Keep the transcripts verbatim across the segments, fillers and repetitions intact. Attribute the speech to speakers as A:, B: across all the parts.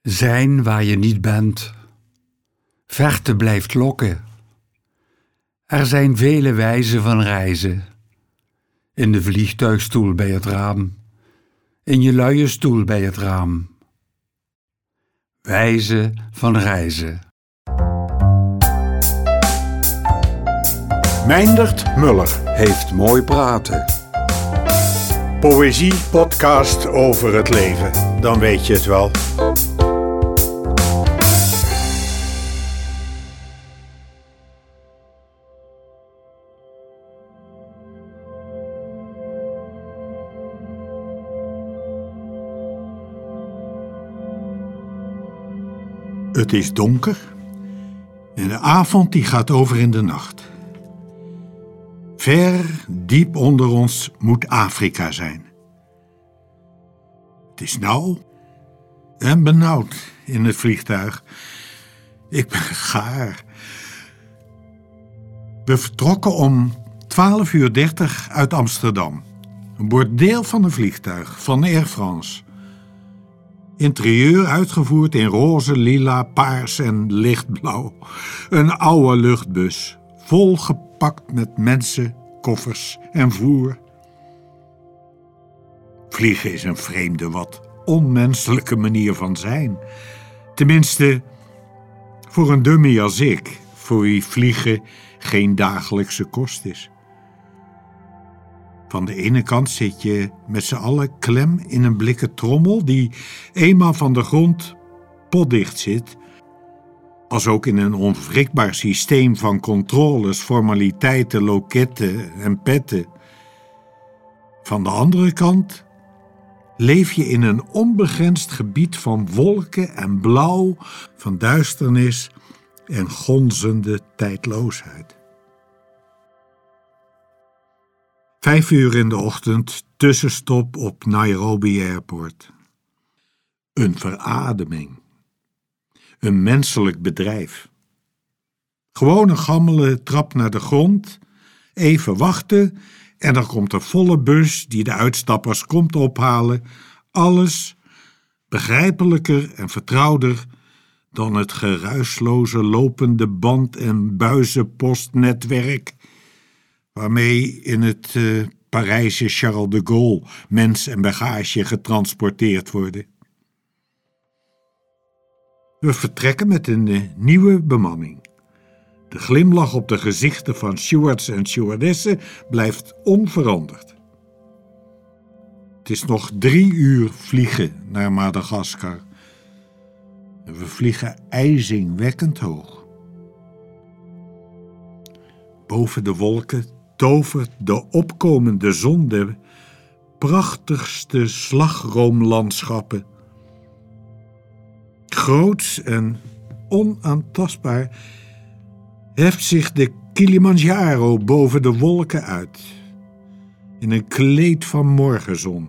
A: Zijn waar je niet bent. Verte blijft lokken. Er zijn vele wijzen van reizen. In de vliegtuigstoel bij het raam. In je luie stoel bij het raam. Wijzen van reizen.
B: Meindert Muller
A: Heeft mooi praten.
B: Poëzie-podcast over het leven. Dan weet je het wel. Het is donker en de avond die gaat over in de nacht. Ver, diep onder ons moet Afrika zijn. Het is nauw en benauwd in het vliegtuig. Ik ben gaar. We vertrokken om twaalf uur dertig uit Amsterdam. Een bordeel van een vliegtuig van Air France. Interieur uitgevoerd in roze, lila, paars en lichtblauw. Een oude luchtbus, volgepakt met mensen, koffers en voer. Vliegen is een vreemde, wat onmenselijke manier van zijn. Tenminste, voor een dummy als ik, voor wie vliegen geen dagelijkse kost is. Van de ene kant zit je met z'n allen klem in een blikken trommel die eenmaal van de grond potdicht zit, als ook in een onwrikbaar systeem van controles, formaliteiten, loketten en petten. Van de andere kant leef je in een onbegrensd gebied van wolken en blauw, van duisternis en gonzende tijdloosheid. Vijf uur in de ochtend, tussenstop op Nairobi Airport. Een verademing. Een menselijk bedrijf. Gewoon een gammele trap naar de grond, even wachten en dan komt een volle bus die de uitstappers komt ophalen. Alles begrijpelijker en vertrouwder dan het geruisloze lopende band- en buizenpostnetwerk waarmee in het uh, Parijse Charles de Gaulle mens en bagage getransporteerd worden. We vertrekken met een uh, nieuwe bemanning. De glimlach op de gezichten van stewards en stewardessen blijft onveranderd. Het is nog drie uur vliegen naar Madagaskar. En we vliegen ijzingwekkend hoog. Boven de wolken tovert de opkomende zon de prachtigste slagroomlandschappen. Groots en onaantastbaar heft zich de Kilimanjaro boven de wolken uit, in een kleed van morgenzon.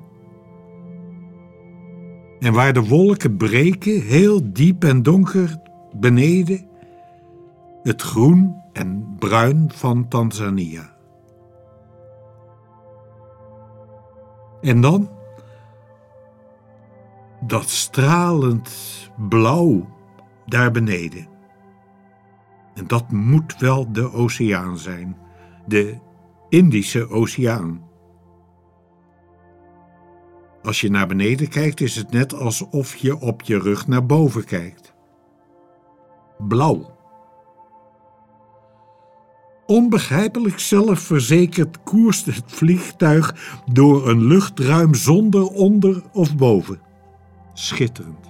B: En waar de wolken breken, heel diep en donker beneden, het groen en bruin van Tanzania. En dan dat stralend blauw daar beneden. En dat moet wel de oceaan zijn, de Indische Oceaan. Als je naar beneden kijkt, is het net alsof je op je rug naar boven kijkt. Blauw. Onbegrijpelijk zelfverzekerd koerst het vliegtuig door een luchtruim zonder onder of boven. Schitterend.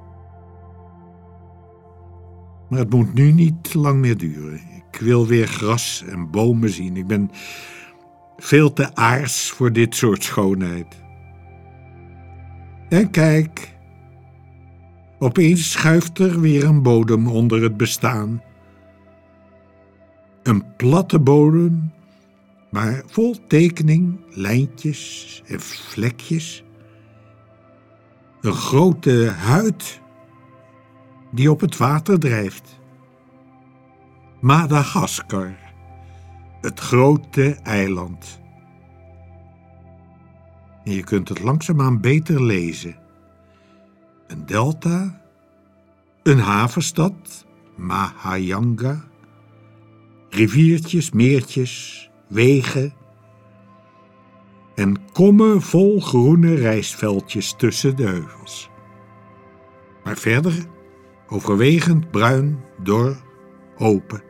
B: Maar het moet nu niet lang meer duren. Ik wil weer gras en bomen zien. Ik ben veel te aards voor dit soort schoonheid. En kijk, opeens schuift er weer een bodem onder het bestaan. Een platte bodem, maar vol tekening, lijntjes en vlekjes. Een grote huid die op het water drijft. Madagaskar, het grote eiland. En je kunt het langzaamaan beter lezen. Een delta Een havenstad, Mahajanga. Riviertjes, meertjes, wegen. En kommen vol groene rijstveldjes tussen de heuvels. Maar verder overwegend bruin, dor, open.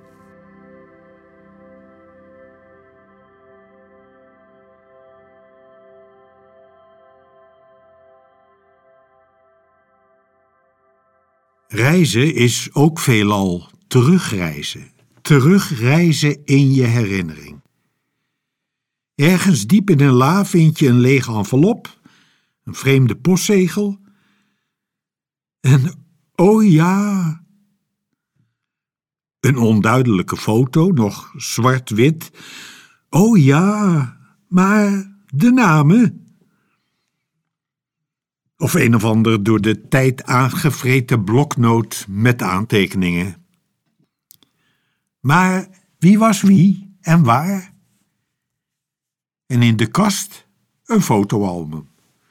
B: Reizen is ook veelal terugreizen. Terugreizen in je herinnering. Ergens diep in een la vind je een lege envelop, een vreemde postzegel. En, oh ja, een onduidelijke foto, nog zwart-wit. Oh ja, maar de namen. Of een of ander door de tijd aangevreten bloknoot met aantekeningen. Maar wie was wie en waar? En in de kast een fotoalbum.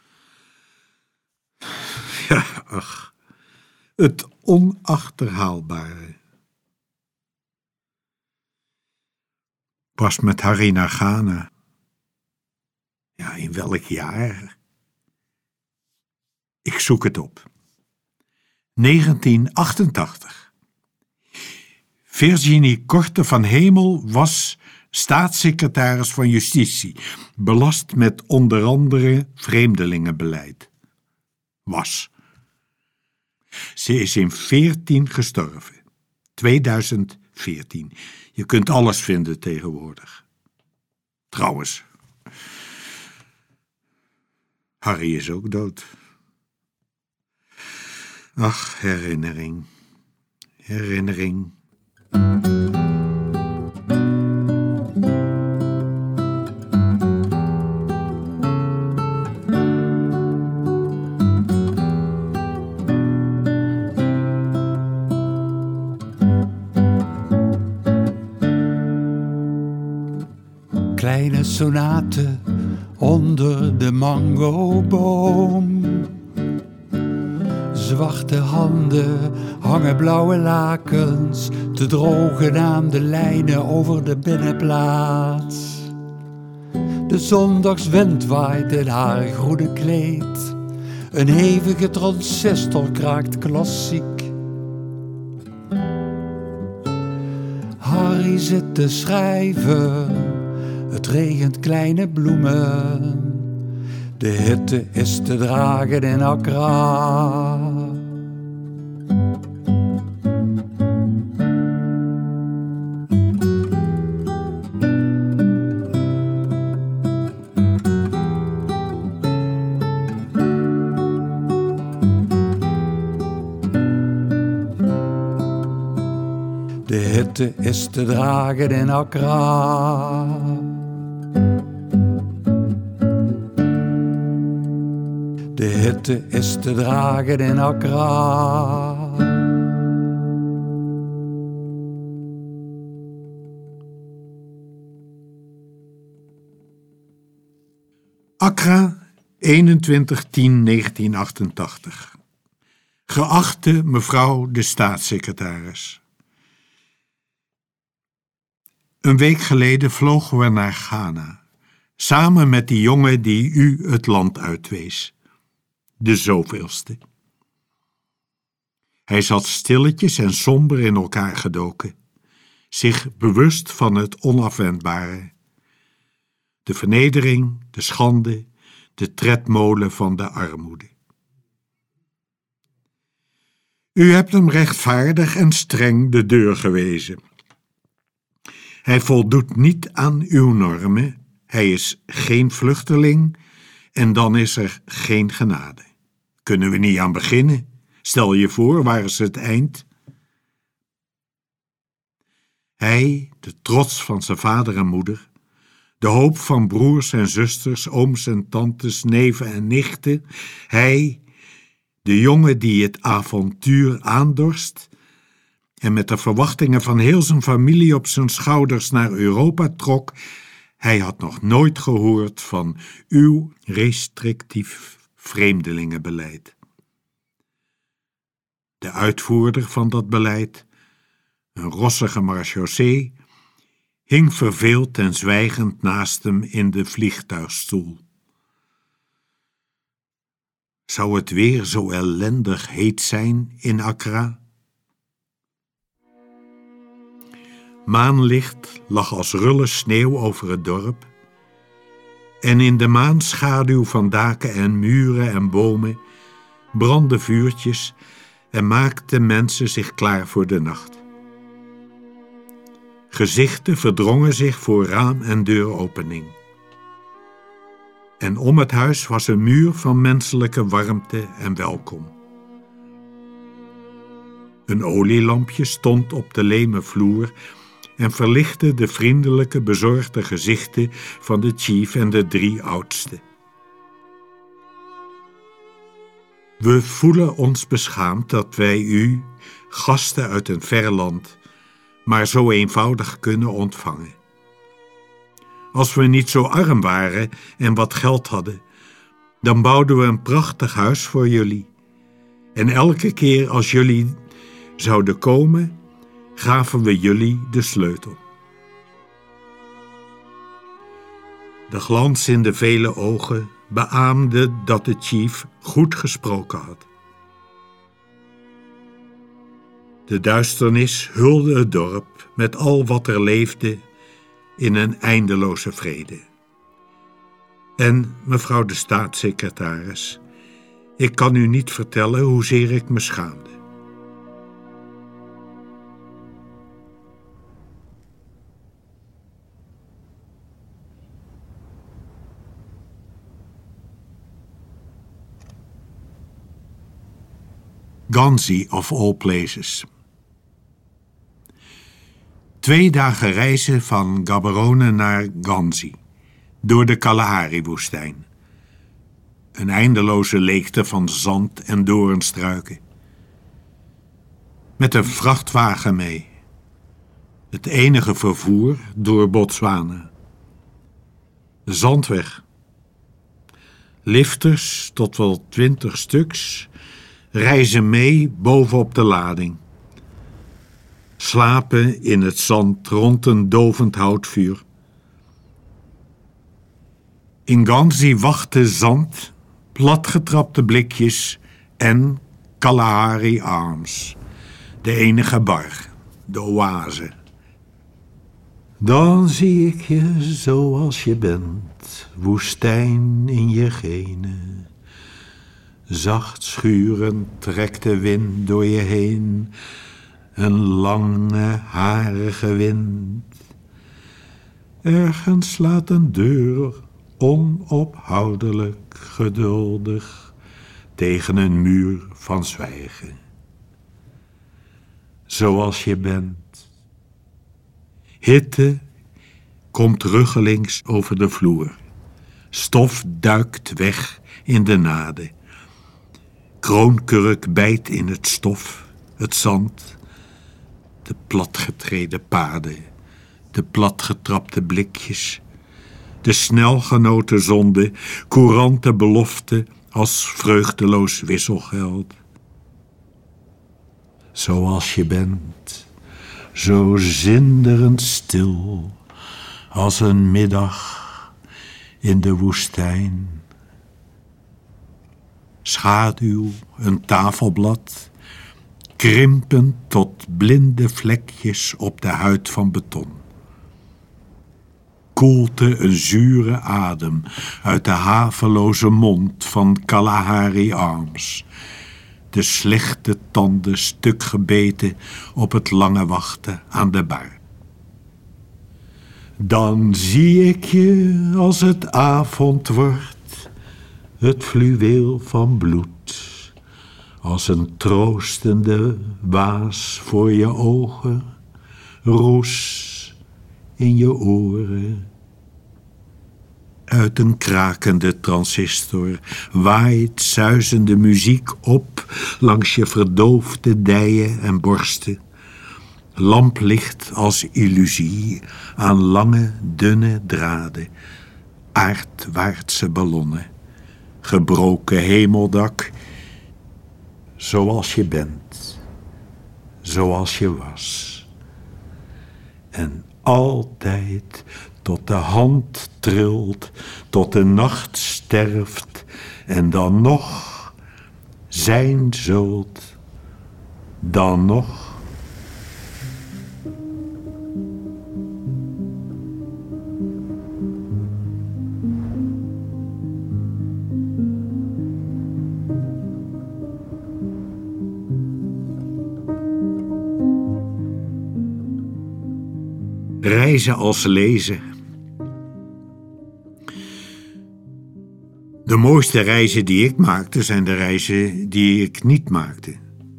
B: Ja, ach, het onachterhaalbare. Was met Harry naar Ghana. Ja, in welk jaar? Ik zoek het op. negentien achtentachtig. Virginie Korte van Hemel was staatssecretaris van Justitie, belast met onder andere vreemdelingenbeleid. Was. Ze is in veertien gestorven. tweeduizend veertien. Je kunt alles vinden tegenwoordig. Trouwens, Harry is ook dood. Ach, herinnering, herinnering.
A: Kleine sonate onder de mangoboom. Zwarte handen hangen blauwe lakens te drogen aan de lijnen over de binnenplaats. De zondagswind waait in haar groene kleed. Een hevige transistor kraakt klassiek. Harry zit te schrijven. Het regent kleine bloemen. De hitte is te dragen in Accra. De hitte is te dragen in Accra. De hitte is te dragen in Accra.
B: Accra, eenentwintig tien negentien achtentachtig. Geachte mevrouw de staatssecretaris. Een week geleden vlogen we naar Ghana, samen met die jongen die u het land uitwees. De zoveelste. Hij zat stilletjes en somber in elkaar gedoken, zich bewust van het onafwendbare. De vernedering, de schande, de tredmolen van de armoede. U hebt hem rechtvaardig en streng de deur gewezen. Hij voldoet niet aan uw normen, hij is geen vluchteling en dan is er geen genade. Kunnen we niet aan beginnen? Stel je voor, waar is het eind? Hij, de trots van zijn vader en moeder, de hoop van broers en zusters, ooms en tantes, neven en nichten, hij, de jongen die het avontuur aandorst en met de verwachtingen van heel zijn familie op zijn schouders naar Europa trok, hij had nog nooit gehoord van uw restrictief vreemdelingenbeleid. De de uitvoerder van dat beleid, een rossige marechaussee, hing verveeld en zwijgend naast hem in de vliegtuigstoel. Zou het weer zo ellendig heet zijn in Accra? Maanlicht lag als rulle sneeuw over het dorp, en in de maanschaduw van daken en muren en bomen brandden vuurtjes en maakten mensen zich klaar voor de nacht. Gezichten verdrongen zich voor raam en deuropening. En om het huis was een muur van menselijke warmte en welkom. Een olielampje stond op de leme vloer en verlichtte de vriendelijke, bezorgde gezichten van de chief en de drie oudsten. We voelen ons beschaamd dat wij u, gasten uit een ver land, maar zo eenvoudig kunnen ontvangen. Als we niet zo arm waren en wat geld hadden, dan bouwden we een prachtig huis voor jullie. En elke keer als jullie zouden komen, gaven we jullie de sleutel. De glans in de vele ogen beaamde dat de chief goed gesproken had. De duisternis hulde het dorp met al wat er leefde in een eindeloze vrede. En, mevrouw de staatssecretaris, ik kan u niet vertellen hoezeer ik me schaamde. Ghanzi of all places. Twee dagen reizen van Gaborone naar Ghanzi, door de Kalahari-woestijn. Een eindeloze leegte van zand en doornstruiken. Met een vrachtwagen mee. Het enige vervoer door Botswana. De zandweg. Lifters, tot wel twintig stuks, reizen mee bovenop de lading. Slapen in het zand rond een dovend houtvuur. In Ghanzi wachten zand, platgetrapte blikjes en Kalahari Arms, de enige bar, de oase. Dan zie ik je zoals je bent, woestijn in je genen. Zacht schurend trekt de wind door je heen, een lange, harige wind. Ergens slaat een deur onophoudelijk, geduldig tegen een muur van zwijgen. Zoals je bent. Hitte komt ruggelings over de vloer. Stof duikt weg in de naden. Kroonkurk bijt in het stof, het zand, de platgetreden paden, de platgetrapte blikjes, de snelgenoten zonde, courante belofte als vreugdeloos wisselgeld. Zoals je bent, zo zinderend stil, als een middag in de woestijn. Schaduw, een tafelblad, krimpend tot blinde vlekjes op de huid van beton. Koelte, een zure adem uit de haveloze mond van Kalahari Arms. De slechte tanden stuk gebeten op het lange wachten aan de bar. Dan zie ik je als het avond wordt, het fluweel van bloed, als een troostende waas voor je ogen, roes in je oren. Uit een krakende transistor waait suizende muziek op langs je verdoofde dijen en borsten. Lamplicht als illusie aan lange, dunne draden, aardwaartse ballonnen, gebroken hemeldak, zoals je bent. zoals je was. En altijd tot de hand trilt, tot de nacht sterft en dan nog zijn zult, dan nog. Reizen als lezen. De mooiste reizen die ik maakte zijn de reizen die ik niet maakte.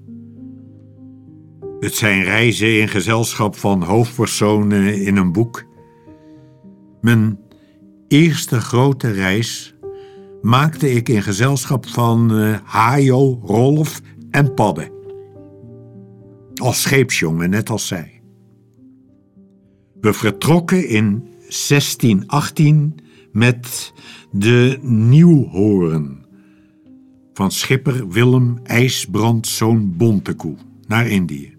B: Het zijn reizen in gezelschap van hoofdpersonen in een boek. Mijn eerste grote reis maakte ik in gezelschap van uh, Hajo, Rolf en Padde. Als scheepsjongen, net als zij. We vertrokken in zestien achttien met de Nieuwhoorn van schipper Willem IJsbrandzoon Bontekoe naar Indië.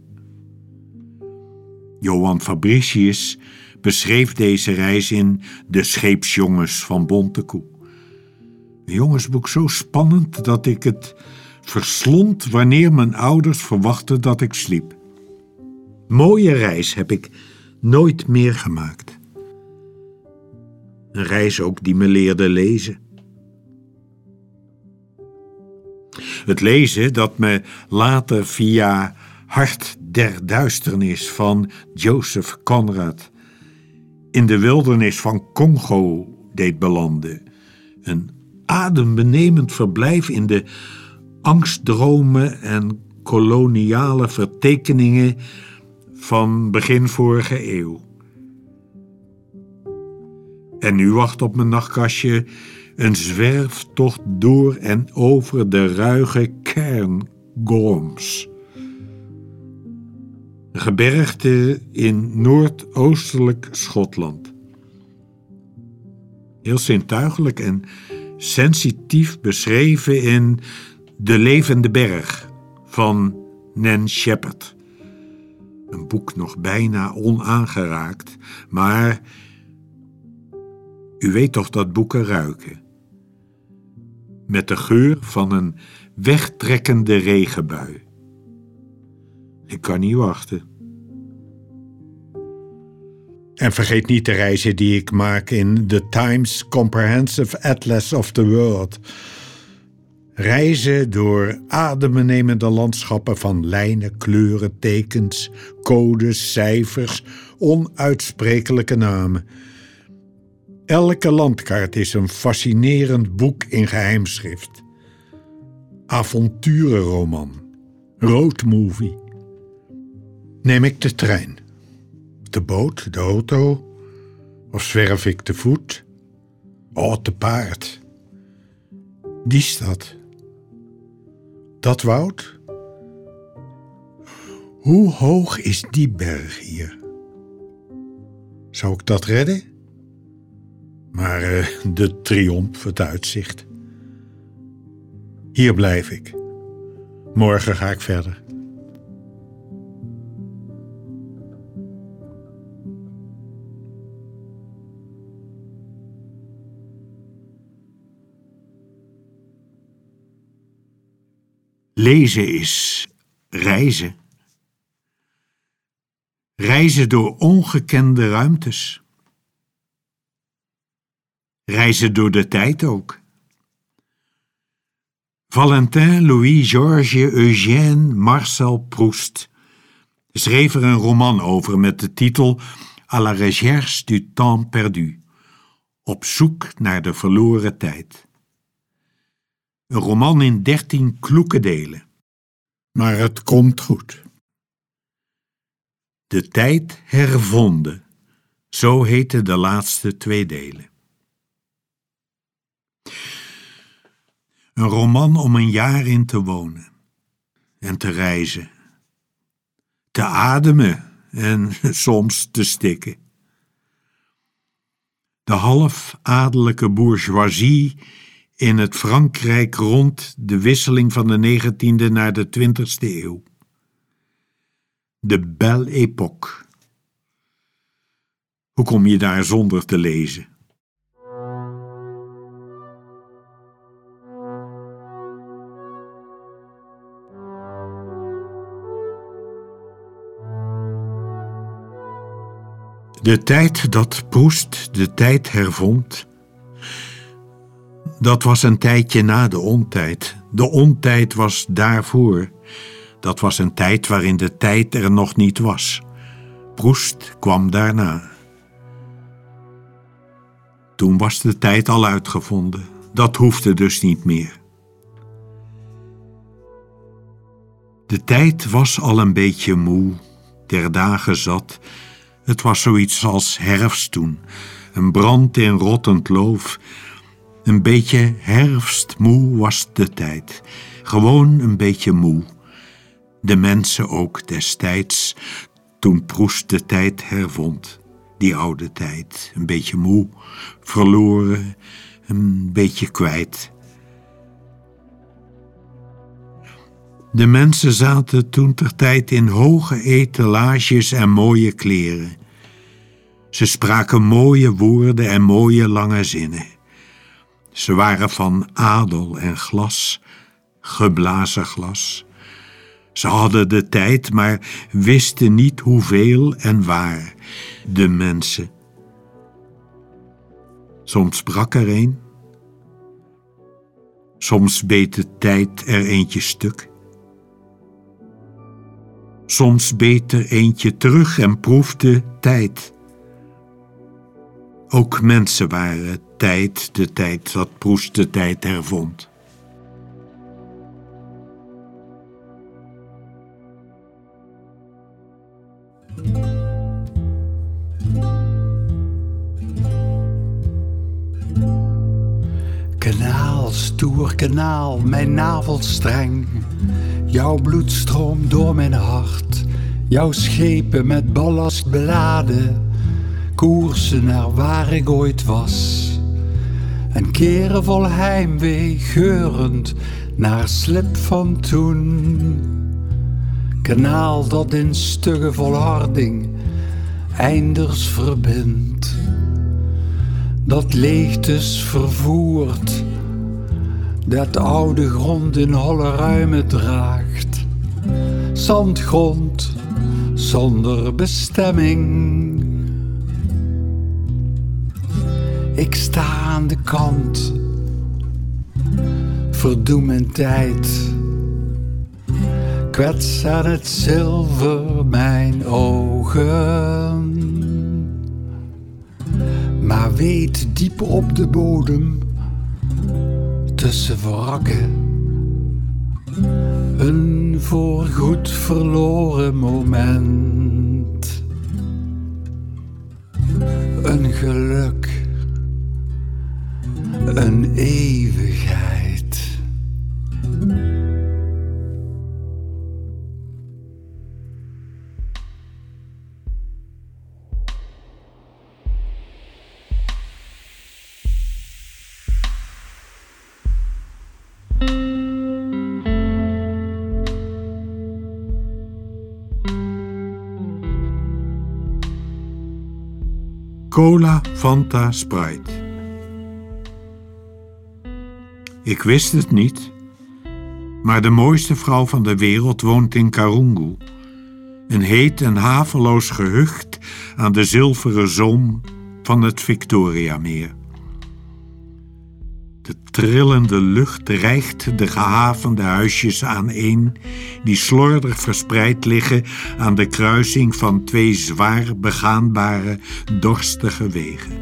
B: Johan Fabricius beschreef deze reis in De Scheepsjongens van Bontekoe. Een jongensboek zo spannend dat ik het verslond wanneer mijn ouders verwachten dat ik sliep. Mooie reis heb ik nooit meer gemaakt. Een reis ook die me leerde lezen. Het lezen dat me later via Hart der Duisternis van Joseph Conrad in de wildernis van Congo deed belanden. Een adembenemend verblijf in de angstdromen en koloniale vertekeningen van begin vorige eeuw. En nu wacht op mijn nachtkastje een zwerftocht door en over de ruige Cairngorms. Een gebergte in noordoostelijk Schotland. Heel zintuigelijk en sensitief beschreven in De Levende Berg van Nan Shepherd. Een boek nog bijna onaangeraakt, maar u weet toch dat boeken ruiken. Met de geur van een wegtrekkende regenbui. Ik kan niet wachten. En vergeet niet de reizen die ik maak in The Times Comprehensive Atlas of the World. Reizen door adembenemende landschappen van lijnen, kleuren, tekens, codes, cijfers, onuitsprekelijke namen. Elke landkaart is een fascinerend boek in geheimschrift. Avonturenroman, roadmovie. Neem ik de trein, de boot, de auto, of zwerf ik te voet? Oh, te paard. Die stad. Dat woud? Hoe hoog is die berg hier? Zou ik dat redden? Maar uh, de triomf, het uitzicht. Hier blijf ik. Morgen ga ik verder. Lezen is reizen. Reizen door ongekende ruimtes. Reizen door de tijd ook. Valentin Louis Georges Eugène Marcel Proust schreef er een roman over met de titel À la recherche du temps perdu. Op zoek naar de verloren tijd. Een roman in dertien kloeke delen. Maar het komt goed. De tijd hervonden. Zo heten de laatste twee delen. Een roman om een jaar in te wonen. En te reizen. Te ademen en soms te stikken. De half adellijke bourgeoisie in het Frankrijk rond de wisseling van de negentiende naar de twintigste eeuw. De Belle Époque. Hoe kom je daar zonder te lezen? De tijd dat Proest de tijd hervond, dat was een tijdje na de ontijd. De ontijd was daarvoor. Dat was een tijd waarin de tijd er nog niet was. Proest kwam daarna. Toen was de tijd al uitgevonden. Dat hoefde dus niet meer. De tijd was al een beetje moe, der dagen zat. Het was zoiets als herfst toen, een brand in rottend loof. Een beetje herfstmoe was de tijd, gewoon een beetje moe. De mensen ook destijds, toen Proest de tijd hervond. Die oude tijd, een beetje moe, verloren, een beetje kwijt. De mensen zaten toentertijd in hoge etalages en mooie kleren. Ze spraken mooie woorden en mooie lange zinnen. Ze waren van adel en glas, geblazen glas. Ze hadden de tijd, maar wisten niet hoeveel en waar, de mensen. Soms brak er een, soms beet de tijd er eentje stuk. Soms beet er eentje terug en proefde tijd. Ook mensen waren tijd, de tijd dat Proest de tijd hervond.
A: Kanaal, stoer kanaal, mijn navelstreng. Jouw bloed stroomt door mijn hart. Jouw schepen met ballast beladen koersen naar waar ik ooit was. En keren vol heimwee, geurend naar slip van toen. Kanaal dat in stugge volharding einders verbindt. Dat leegtes vervoert, dat oude grond in holle ruime draagt. Zandgrond zonder bestemming. Ik sta aan de kant, verdoem mijn tijd. Kwets aan het zilver mijn ogen. Maar weet diep op de bodem, tussen wrakken, een voorgoed verloren moment. Een geluk, een eeuwigheid.
B: Cola, Fanta, Sprite. Ik wist het niet, maar de mooiste vrouw van de wereld woont in Karungu, een heet en haveloos gehucht aan de zilveren zoom van het Victoriameer. De trillende lucht rijgt de gehavende huisjes aaneen, die slordig verspreid liggen aan de kruising van twee zwaar begaanbare, dorstige wegen.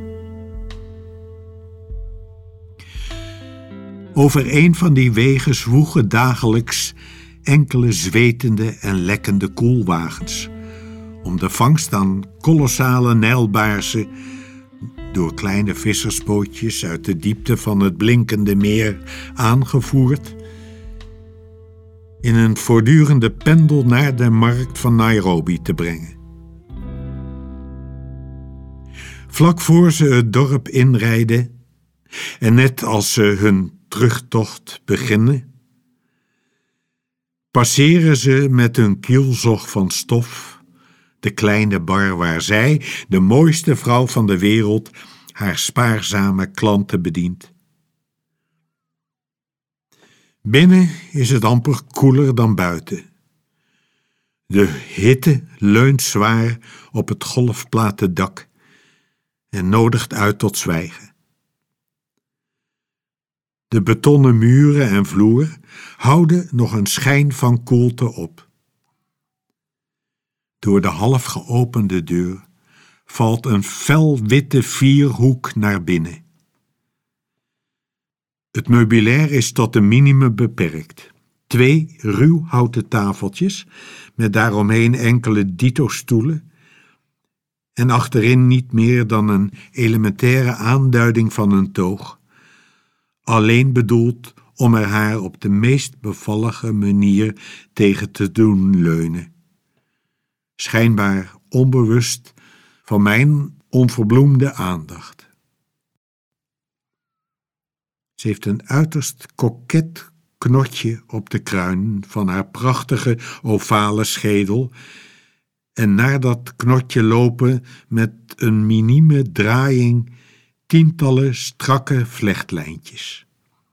B: Over een van die wegen zwoegen dagelijks enkele zwetende en lekkende koelwagens, om de vangst aan kolossale nijlbaarsen door kleine vissersbootjes uit de diepte van het blinkende meer aangevoerd, in een voortdurende pendel naar de markt van Nairobi te brengen. Vlak voor ze het dorp inrijden en net als ze hun terugtocht beginnen, passeren ze met hun kielzog van stof de kleine bar waar zij, de mooiste vrouw van de wereld, haar spaarzame klanten bedient. Binnen is het amper koeler dan buiten. De hitte leunt zwaar op het golfplaten dak en nodigt uit tot zwijgen. De betonnen muren en vloer houden nog een schijn van koelte op. Door de half geopende deur valt een felwitte vierhoek naar binnen. Het meubilair is tot een minimum beperkt. Twee ruw houten tafeltjes met daaromheen enkele dito-stoelen en achterin niet meer dan een elementaire aanduiding van een toog, alleen bedoeld om er haar op de meest bevallige manier tegen te doen leunen. Schijnbaar onbewust van mijn onverbloemde aandacht. Ze heeft een uiterst koket knotje op de kruin van haar prachtige ovale schedel en naar dat knotje lopen met een minieme draaiing tientallen strakke vlechtlijntjes.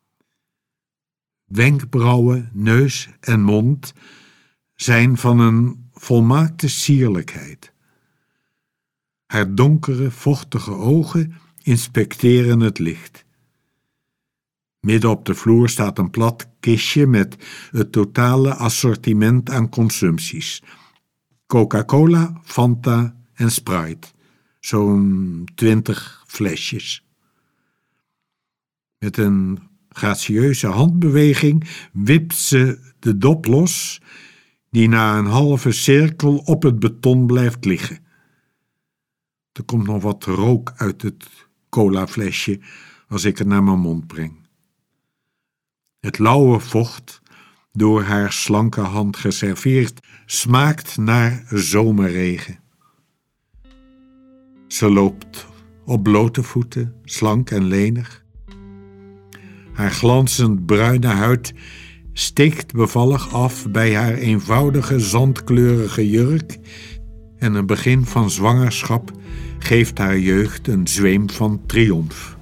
B: Wenkbrauwen, neus en mond zijn van een volmaakte sierlijkheid. Haar donkere, vochtige ogen inspecteren het licht. Midden op de vloer staat een plat kistje met het totale assortiment aan consumpties. Coca-Cola, Fanta en Sprite. Zo'n twintig flesjes. Met een gratieuze handbeweging wipt ze de dop los, die na een halve cirkel op het beton blijft liggen. Er komt nog wat rook uit het colaflesje als ik het naar mijn mond breng. Het lauwe vocht, door haar slanke hand geserveerd, smaakt naar zomerregen. Ze loopt op blote voeten, slank en lenig. Haar glanzend bruine huid steekt bevallig af bij haar eenvoudige zandkleurige jurk en een begin van zwangerschap geeft haar jeugd een zweem van triomf.